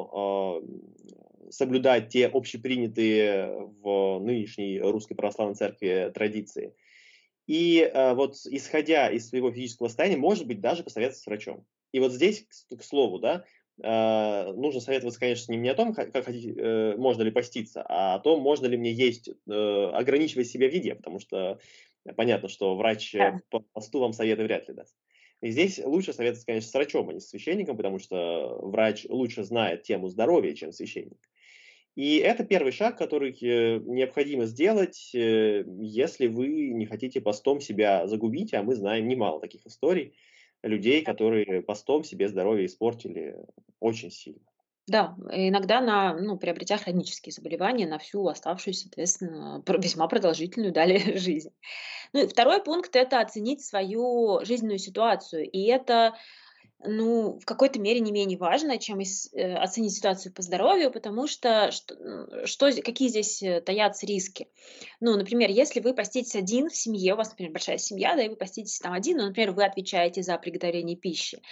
соблюдать те общепринятые в нынешней Русской Православной Церкви традиции. И вот исходя из своего физического состояния, может быть, даже посоветоваться с врачом. И вот здесь, к слову, да, нужно советоваться, конечно, с ним не о том, как хотите, можно ли поститься, а о том, можно ли мне есть, ограничивать себя в еде, потому что понятно, что врач Да. по посту вам советы вряд ли даст. И здесь лучше советоваться, конечно, с врачом, а не с священником, потому что врач лучше знает тему здоровья, чем священник. И это первый шаг, который необходимо сделать, если вы не хотите постом себя загубить, а мы знаем немало таких историй людей, которые постом себе здоровье испортили очень сильно. Да, иногда ну, приобретя хронические заболевания на всю оставшуюся, соответственно, весьма продолжительную далее жизнь. Ну и второй пункт — это оценить свою жизненную ситуацию. И это, ну, в какой-то мере не менее важно, чем оценить ситуацию по здоровью, потому что какие здесь таятся риски. Ну, например, если вы поститесь один в семье, у вас, например, большая семья, да, и вы поститесь там один, но, например, вы отвечаете за приготовление пищи,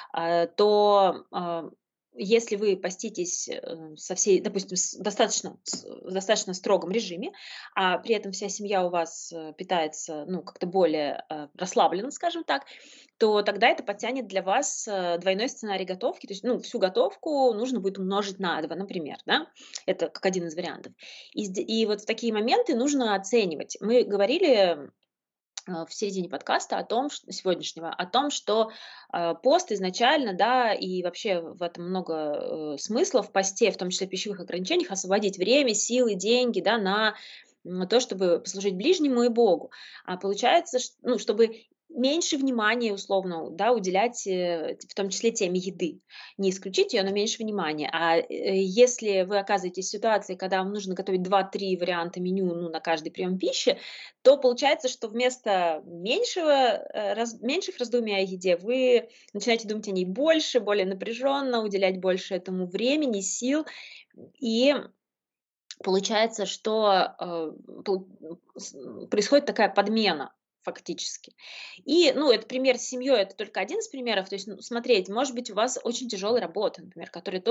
то если вы поститесь со всей, допустим, в достаточно строгом режиме, а при этом вся семья у вас питается, ну, как-то более расслабленно, скажем так, то тогда это подтянет для вас двойной сценарий готовки. То есть, ну, всю готовку нужно будет умножить на 2, например, да? Это как один из вариантов. И вот в такие моменты нужно оценивать. Мы говорили в середине подкаста сегодняшнего, о том, что пост изначально, да, и вообще в этом много смысла в посте, в том числе в пищевых ограничениях, освободить время, силы, деньги, да, на то, чтобы послужить ближнему и Богу. А получается, ну, чтобы меньше внимания, условно, да, уделять, в том числе теме еды. Не исключить ее, но меньше внимания. Если вы оказываетесь в ситуации, когда вам нужно готовить 2-3 варианта меню, ну, на каждый прием пищи, то получается, что вместо меньших раздумий о еде вы начинаете думать о ней больше, более напряженно, уделять больше этому времени, сил. И получается, что происходит такая подмена фактически. И, ну, это пример с семьей, это только один из примеров. То есть, ну, смотреть, может быть, у вас очень тяжелая работа, например,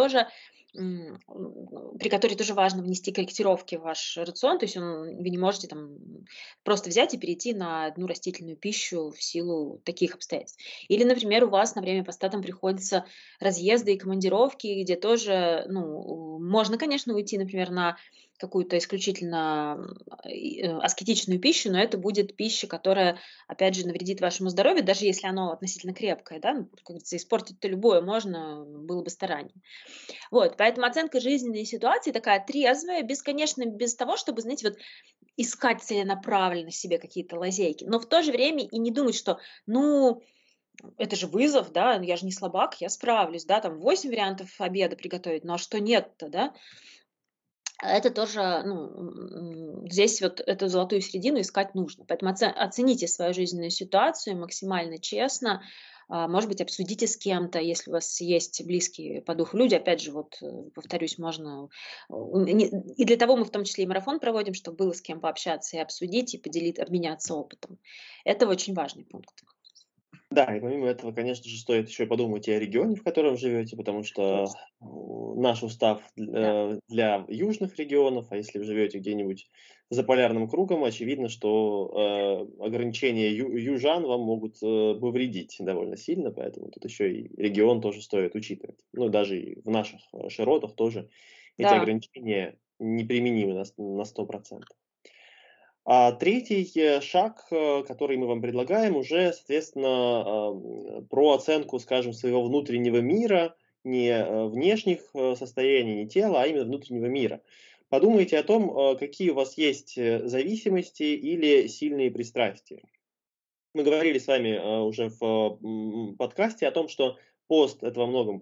при которой тоже важно внести корректировки в ваш рацион. То есть вы не можете там просто взять и перейти на одну растительную пищу в силу таких обстоятельств. Или, например, у вас на время поста там приходится разъезды и командировки, где тоже, ну, можно, конечно, уйти, например, на какую-то исключительно аскетичную пищу, но это будет пища, которая, опять же, навредит вашему здоровью, даже если оно относительно крепкое, да, ну, как говорится, испортить-то любое можно, было бы старание. Вот, поэтому оценка жизненной ситуации такая трезвая, конечно, без того, чтобы, знаете, вот искать целенаправленно себе какие-то лазейки, но в то же время и не думать, что, ну, это же вызов, да, я же не слабак, я справлюсь, да, там 8 вариантов обеда приготовить, ну а что нет-то, да? Это тоже, ну, здесь вот эту золотую середину искать нужно. Поэтому оцените свою жизненную ситуацию максимально честно. Может быть, обсудите с кем-то, если у вас есть близкие по духу люди. Опять же, вот, повторюсь, можно... И для того мы в том числе и марафон проводим, чтобы было с кем пообщаться и обсудить, и поделиться, обменяться опытом. Это очень важный пункт. Да, и помимо этого, конечно же, стоит еще подумать и о регионе, в котором живете, потому что Точно. наш устав Да. для южных регионов, а если вы живете где-нибудь за полярным кругом, очевидно, что ограничения южан вам могут повредить довольно сильно, поэтому тут еще и регион тоже стоит учитывать. Ну, даже и в наших широтах тоже эти Да. ограничения неприменимы на 100%. А третий шаг, который мы вам предлагаем, уже, соответственно, про оценку, скажем, своего внутреннего мира, не внешних состояний, не тела, а именно внутреннего мира. Подумайте о том, какие у вас есть зависимости или сильные пристрастия. Мы говорили с вами уже в подкасте о том, что пост — это во многом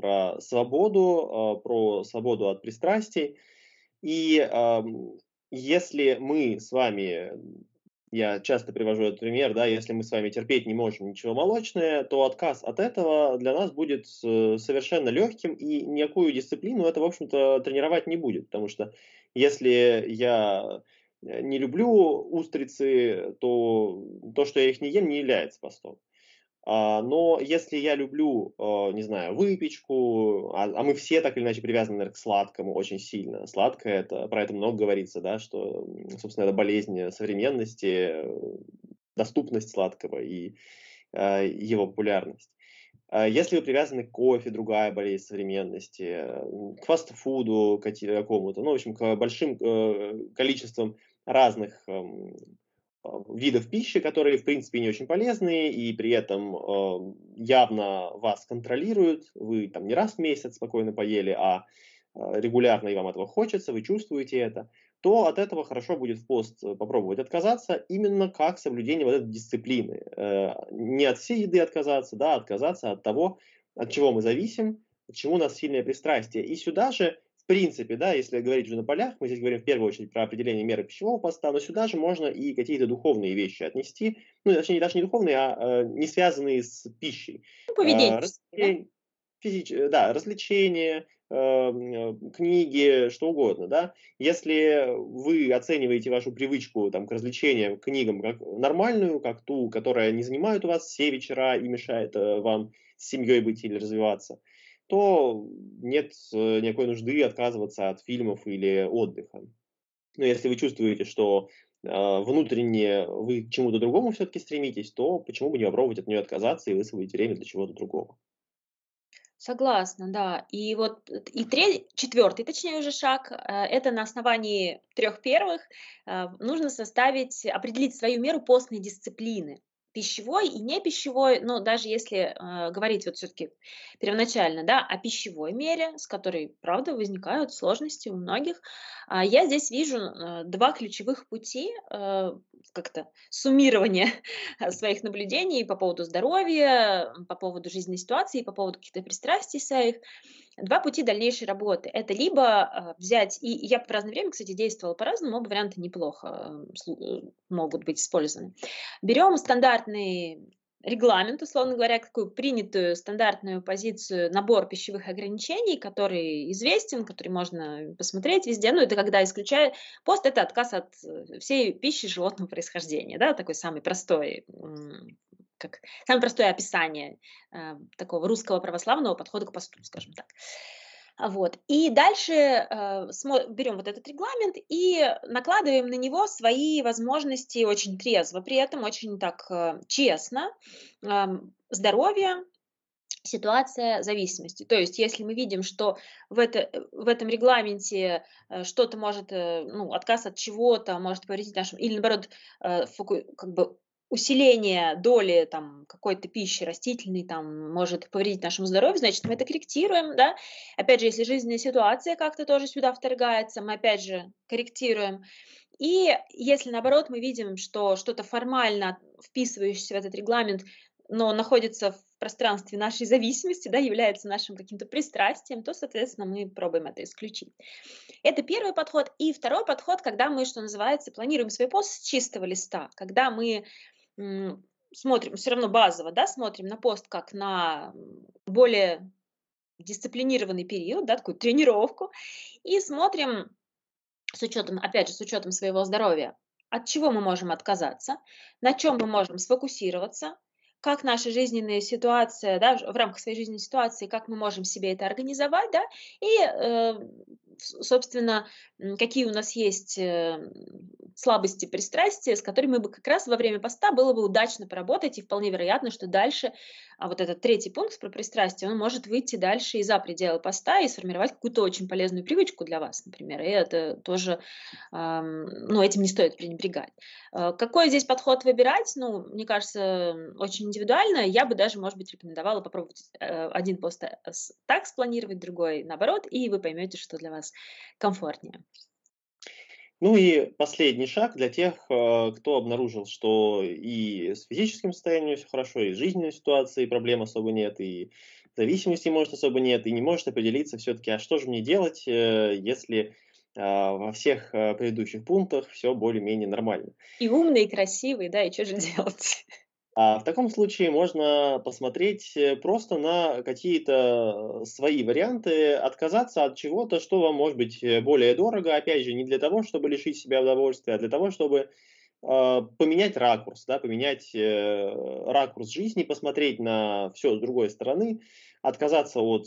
про свободу от пристрастий. И если мы с вами, я часто привожу этот пример, да, если мы с вами терпеть не можем ничего молочное, то отказ от этого для нас будет совершенно легким, и никакую дисциплину это, в общем-то, тренировать не будет. Потому что если я не люблю устрицы, то то, что я их не ем, не является постом. Но если я люблю, не знаю, выпечку, а мы все так или иначе привязаны, наверно, к сладкому очень сильно. Сладкое — это про это много говорится, да, что, собственно, это болезнь современности. доступность сладкого и его популярность. Если вы привязаны к кофе, другая болезнь современности, к фастфуду какому-то, ну, в общем, к большим количествам разных видов пищи, которые, в принципе, не очень полезные и при этом явно вас контролируют. Вы там не раз в месяц спокойно поели, а регулярно и вам этого хочется, вы чувствуете это, то от этого хорошо будет в пост попробовать отказаться именно как соблюдение вот этой дисциплины. Не от всей еды отказаться, да, а отказаться от того, от чего мы зависим, к чему у нас сильное пристрастие. И сюда же, в принципе, да, если говорить уже на полях, мы здесь говорим в первую очередь про определение меры пищевого поста, но сюда же можно и какие-то духовные вещи отнести, ну, точнее, даже не духовные, а не связанные с пищей. Ну, Э, поведенческий, да? развлечения, да, развлечения, книги, что угодно, да. Если вы оцениваете вашу привычку там, к развлечениям, к книгам как нормальную, как ту, которая не занимает у вас все вечера и мешает вам с семьей быть или развиваться, то нет никакой нужды отказываться от фильмов или отдыха. Но если вы чувствуете, что внутренне вы к чему-то другому все-таки стремитесь, то почему бы не попробовать от нее отказаться и высвободить время для чего-то другого. Согласна, да. И вот четвертый, точнее, уже шаг, это на основании трех первых нужно определить свою меру постной дисциплины. Пищевой и не пищевой, но даже если говорить вот все-таки первоначально, да, о пищевой мере, с которой, правда, возникают сложности у многих, я здесь вижу два ключевых пути как-то суммирования своих наблюдений по поводу здоровья, по поводу жизненной ситуации, по поводу каких-то пристрастий своих. Два пути дальнейшей работы. Это либо взять, и я в разное время, кстати, действовала по-разному, оба варианта неплохо могут быть использованы. Берем стандартный регламент, условно говоря, такую принятую стандартную позицию, набор пищевых ограничений, который известен, который можно посмотреть везде. Ну, это когда исключает пост, это отказ от всей пищи животного происхождения, да, такой самый простой, самое простое описание такого русского православного подхода к посту, скажем так. Вот. И дальше берем вот этот регламент и накладываем на него свои возможности очень трезво, при этом очень так честно. Здоровье, ситуация зависимости. То есть, если мы видим, что в этом регламенте что-то может, отказ от чего-то может повредить нашему, или наоборот, как бы усиление доли там какой-то пищи растительной там может повредить нашему здоровью, значит, мы это корректируем, да. Опять же, если жизненная ситуация как-то тоже сюда вторгается, мы опять же корректируем. И если наоборот мы видим, что что-то формально вписывающееся в этот регламент, но находится в пространстве нашей зависимости, да, является нашим каким-то пристрастием, то, соответственно, мы пробуем это исключить. Это первый подход. И второй подход, когда мы, что называется, планируем свой пост с чистого листа, когда мы смотрим, все равно базово, да, смотрим на пост как на более дисциплинированный период, да, такую тренировку, и смотрим с учетом, опять же, с учетом своего здоровья, от чего мы можем отказаться, на чем мы можем сфокусироваться, как наша жизненная ситуация, да, в рамках своей жизненной ситуации, как мы можем себе это организовать, да, и, собственно, какие у нас есть слабости, пристрастия, с которыми бы как раз во время поста было бы удачно поработать, и вполне вероятно, что дальше вот этот третий пункт про пристрастие, он может выйти дальше и за пределы поста и сформировать какую-то очень полезную привычку для вас, например, и это тоже, этим не стоит пренебрегать. Какой здесь подход выбирать? Ну, мне кажется, очень индивидуально. Я бы даже, может быть, рекомендовала попробовать один пост так спланировать, другой наоборот, и вы поймете, что для вас комфортнее. Ну и последний шаг для тех, кто обнаружил, что и с физическим состоянием все хорошо, и с жизненной ситуацией проблем особо нет, и зависимости, может, особо нет, и не может определиться все-таки, а что же мне делать, если во всех предыдущих пунктах все более-менее нормально. И умный, и красивый, да, и что же делать? В таком случае можно посмотреть просто на какие-то свои варианты, отказаться от чего-то, что вам может быть более дорого, опять же, не для того, чтобы лишить себя удовольствия, а для того, чтобы поменять ракурс, да, поменять ракурс жизни, посмотреть на все с другой стороны, отказаться от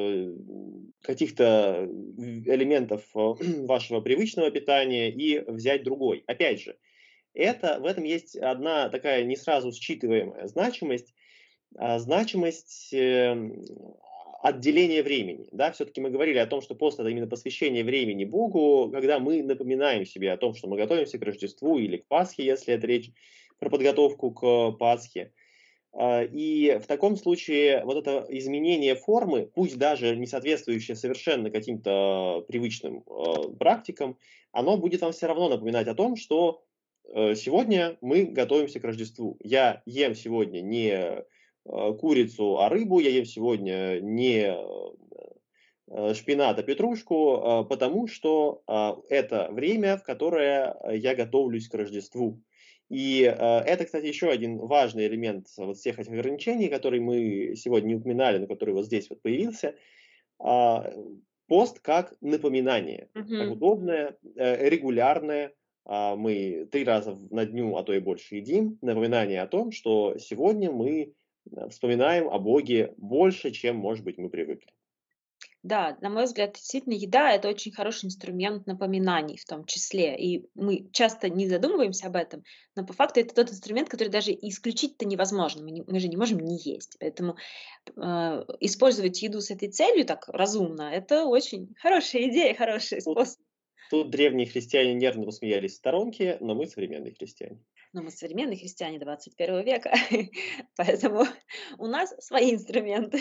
каких-то элементов вашего привычного питания и взять другой. Опять же, в этом есть одна такая не сразу считываемая значимость, значимость отделения времени. Да, все-таки мы говорили о том, что пост это именно посвящение времени Богу, когда мы напоминаем себе о том, что мы готовимся к Рождеству или к Пасхе, если это речь про подготовку к Пасхе. И в таком случае вот это изменение формы, пусть даже не соответствующее совершенно каким-то привычным практикам, оно будет вам все равно напоминать о том, что сегодня мы готовимся к Рождеству. Я ем сегодня не курицу, а рыбу, я ем сегодня не шпинат, а петрушку, потому что это время, в которое я готовлюсь к Рождеству. И это, кстати, еще один важный элемент вот всех этих ограничений, которые мы сегодня не упоминали, но который вот здесь вот появился. А, Пост как напоминание, как Мгм. удобное, регулярное. Мы 3 раза на дню, а то и больше едим. Напоминание о том, что сегодня мы вспоминаем о Боге больше, чем, может быть, мы привыкли. Да, на мой взгляд, действительно, еда — это очень хороший инструмент напоминаний в том числе. И мы часто не задумываемся об этом, но по факту это тот инструмент, который даже исключить-то невозможно. Мы же не можем не есть. Поэтому использовать еду с этой целью так разумно — это очень хорошая идея, хороший Тут способ. тут древние христиане нервно посмеялись в сторонке, но мы современные христиане. Но мы современные христиане 21 века, поэтому у нас свои инструменты.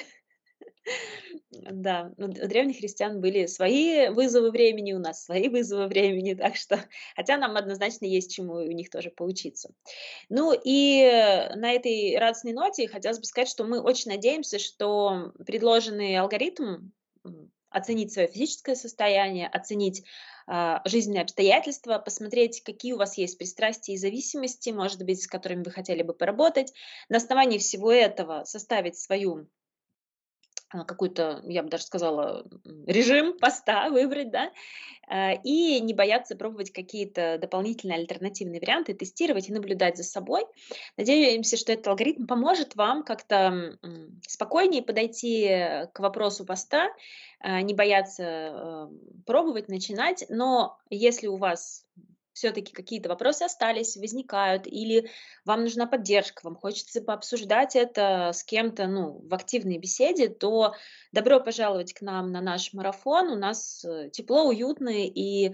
Да, у древних христиан были свои вызовы времени, у нас свои вызовы времени, так что, хотя нам однозначно есть чему у них тоже поучиться. Ну и на этой радостной ноте хотелось бы сказать, что мы очень надеемся, что предложенный алгоритм оценить свое физическое состояние, оценить жизненные обстоятельства, посмотреть, какие у вас есть пристрастия и зависимости, может быть, с которыми вы хотели бы поработать. На основании всего этого составить свою какой-то, я бы даже сказала, режим поста выбрать, да, и не бояться пробовать какие-то дополнительные альтернативные варианты, тестировать и наблюдать за собой. Надеемся, что этот алгоритм поможет вам как-то спокойнее подойти к вопросу поста, не бояться пробовать, начинать, но если у вас все-таки какие-то вопросы остались, возникают, или вам нужна поддержка, вам хочется пообсуждать это с кем-то, ну, в активной беседе, то добро пожаловать к нам на наш марафон. У нас тепло, уютно, и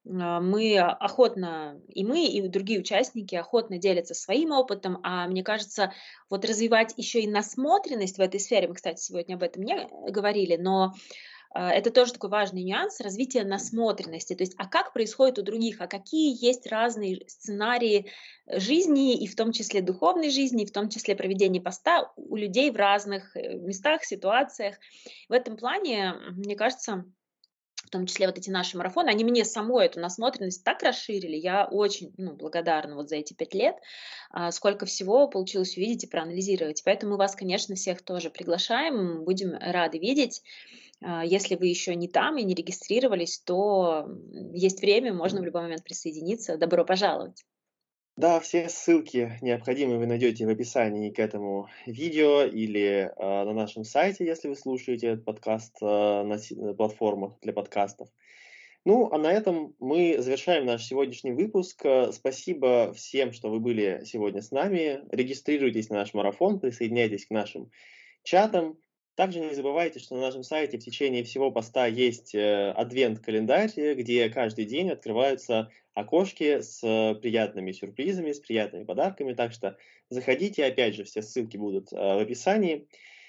мы охотно, и мы, и другие участники охотно делятся своим опытом. А мне кажется, вот развивать еще и насмотренность в этой сфере, мы, кстати, сегодня об этом не говорили, но это тоже такой важный нюанс развития насмотренности. То есть, а как происходит у других, а какие есть разные сценарии жизни, и в том числе духовной жизни, и в том числе проведения поста у людей в разных местах, ситуациях. В этом плане, мне кажется, в том числе вот эти наши марафоны, они мне самой эту насмотренность так расширили. Я очень, ну, благодарна вот за эти 5 лет, сколько всего получилось увидеть и проанализировать. Поэтому мы вас, конечно, всех тоже приглашаем, будем рады видеть. Если вы еще не там и не регистрировались, то есть время, можно в любой момент присоединиться. Добро пожаловать! Да, все ссылки необходимые вы найдете в описании к этому видео или на нашем сайте, если вы слушаете этот подкаст на платформах для подкастов. Ну, а на этом мы завершаем наш сегодняшний выпуск. Спасибо всем, что вы были сегодня с нами. Регистрируйтесь на наш марафон, присоединяйтесь к нашим чатам. Также не забывайте, что на нашем сайте в течение всего поста есть адвент-календарь, где каждый день открываются окошки с приятными сюрпризами, с приятными подарками. Так что заходите, опять же, все ссылки будут в описании.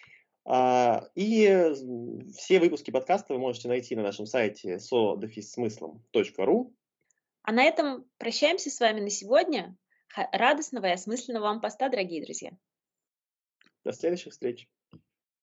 Все выпуски подкаста вы можете найти на нашем сайте so-смыслом.ру. А на этом прощаемся с вами на сегодня. Радостного и осмысленного вам поста, дорогие друзья! До следующих встреч!